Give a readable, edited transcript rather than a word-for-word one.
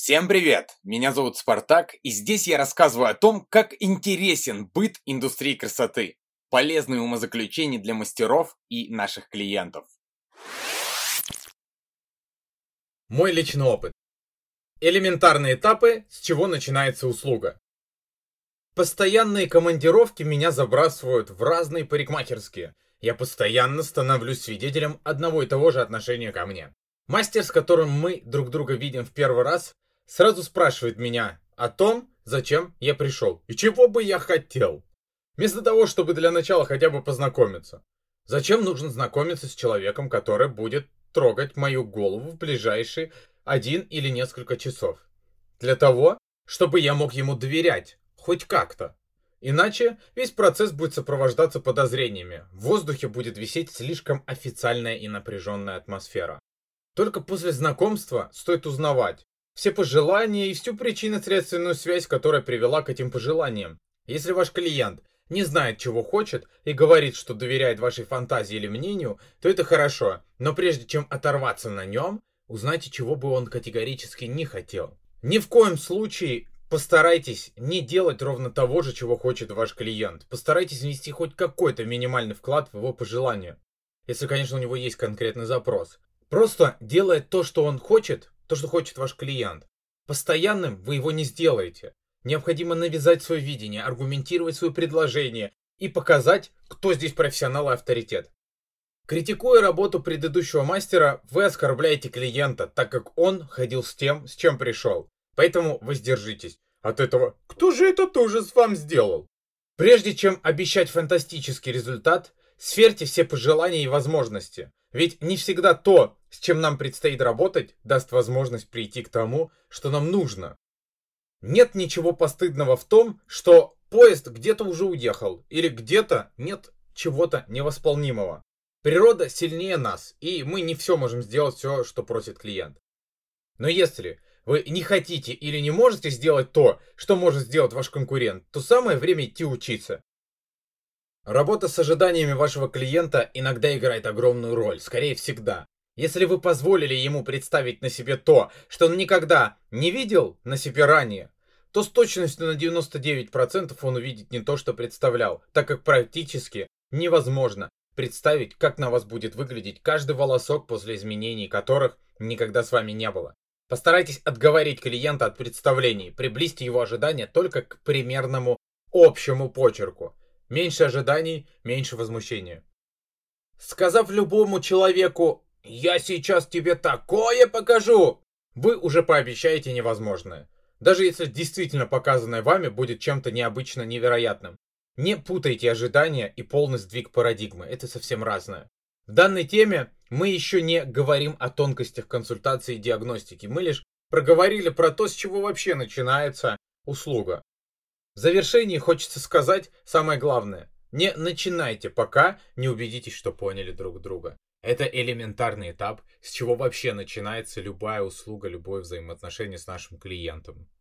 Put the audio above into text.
Всем привет! Меня зовут Спартак, и здесь я рассказываю о том, как интересен быт индустрии красоты, полезные умозаключения для мастеров и наших клиентов. Мой личный опыт. Элементарные этапы, с чего начинается услуга. Постоянные командировки меня забрасывают в разные парикмахерские. Я постоянно становлюсь свидетелем одного и того же отношения ко мне. Мастер, с которым мы друг друга видим в первый раз, сразу спрашивает меня о том, зачем я пришел и чего бы я хотел. Вместо того, чтобы для начала хотя бы познакомиться. Зачем нужно знакомиться с человеком, который будет трогать мою голову в ближайшие 1 или несколько часов? Для того, чтобы я мог ему доверять, хоть как-то. Иначе весь процесс будет сопровождаться подозрениями. В воздухе будет висеть слишком официальная и напряженная атмосфера. Только после знакомства стоит узнавать все пожелания и всю причинно-следственную связь, которая привела к этим пожеланиям. Если ваш клиент не знает, чего хочет, и говорит, что доверяет вашей фантазии или мнению, то это хорошо. Но прежде чем оторваться на нем, узнайте, чего бы он категорически не хотел. Ни в коем случае постарайтесь не делать ровно того же, чего хочет ваш клиент. Постарайтесь внести хоть какой-то минимальный вклад в его пожелания. Если, конечно, у него есть конкретный запрос. Просто делая то, что он хочет, то, что хочет ваш клиент. Постоянным вы его не сделаете. Необходимо навязать свое видение, аргументировать свое предложение и показать, кто здесь профессионал и авторитет. Критикуя работу предыдущего мастера, вы оскорбляете клиента, так как он ходил с тем, с чем пришел. Поэтому воздержитесь от этого. Кто же этот ужас вам сделал? Прежде чем обещать фантастический результат, сверьте все пожелания и возможности. Ведь не всегда то, с чем нам предстоит работать, даст возможность прийти к тому, что нам нужно. Нет ничего постыдного в том, что поезд где-то уже уехал, или где-то нет чего-то невосполнимого. Природа сильнее нас, и мы не все можем сделать, все, что просит клиент. Но если вы не хотите или не можете сделать то, что может сделать ваш конкурент, то самое время идти учиться. Работа с ожиданиями вашего клиента иногда играет огромную роль, скорее всегда. Если вы позволили ему представить на себе то, что он никогда не видел на себе ранее, то с точностью на 99% он увидит не то, что представлял, так как практически невозможно представить, как на вас будет выглядеть каждый волосок после изменений, которых никогда с вами не было. Постарайтесь отговорить клиента от представлений, приблизьте его ожидания только к примерному общему почерку. Меньше ожиданий, меньше возмущения. Сказав любому человеку «Я сейчас тебе такое покажу!», вы уже пообещаете невозможное. Даже если действительно показанное вами будет чем-то необычно невероятным. Не путайте ожидания и полный сдвиг парадигмы. Это совсем разное. В данной теме мы еще не говорим о тонкостях консультации и диагностики. Мы лишь проговорили про то, с чего вообще начинается услуга. В завершении хочется сказать самое главное. Не начинайте, пока не убедитесь, что поняли друг друга. Это элементарный этап, с чего вообще начинается любая услуга, любое взаимоотношение с нашим клиентом.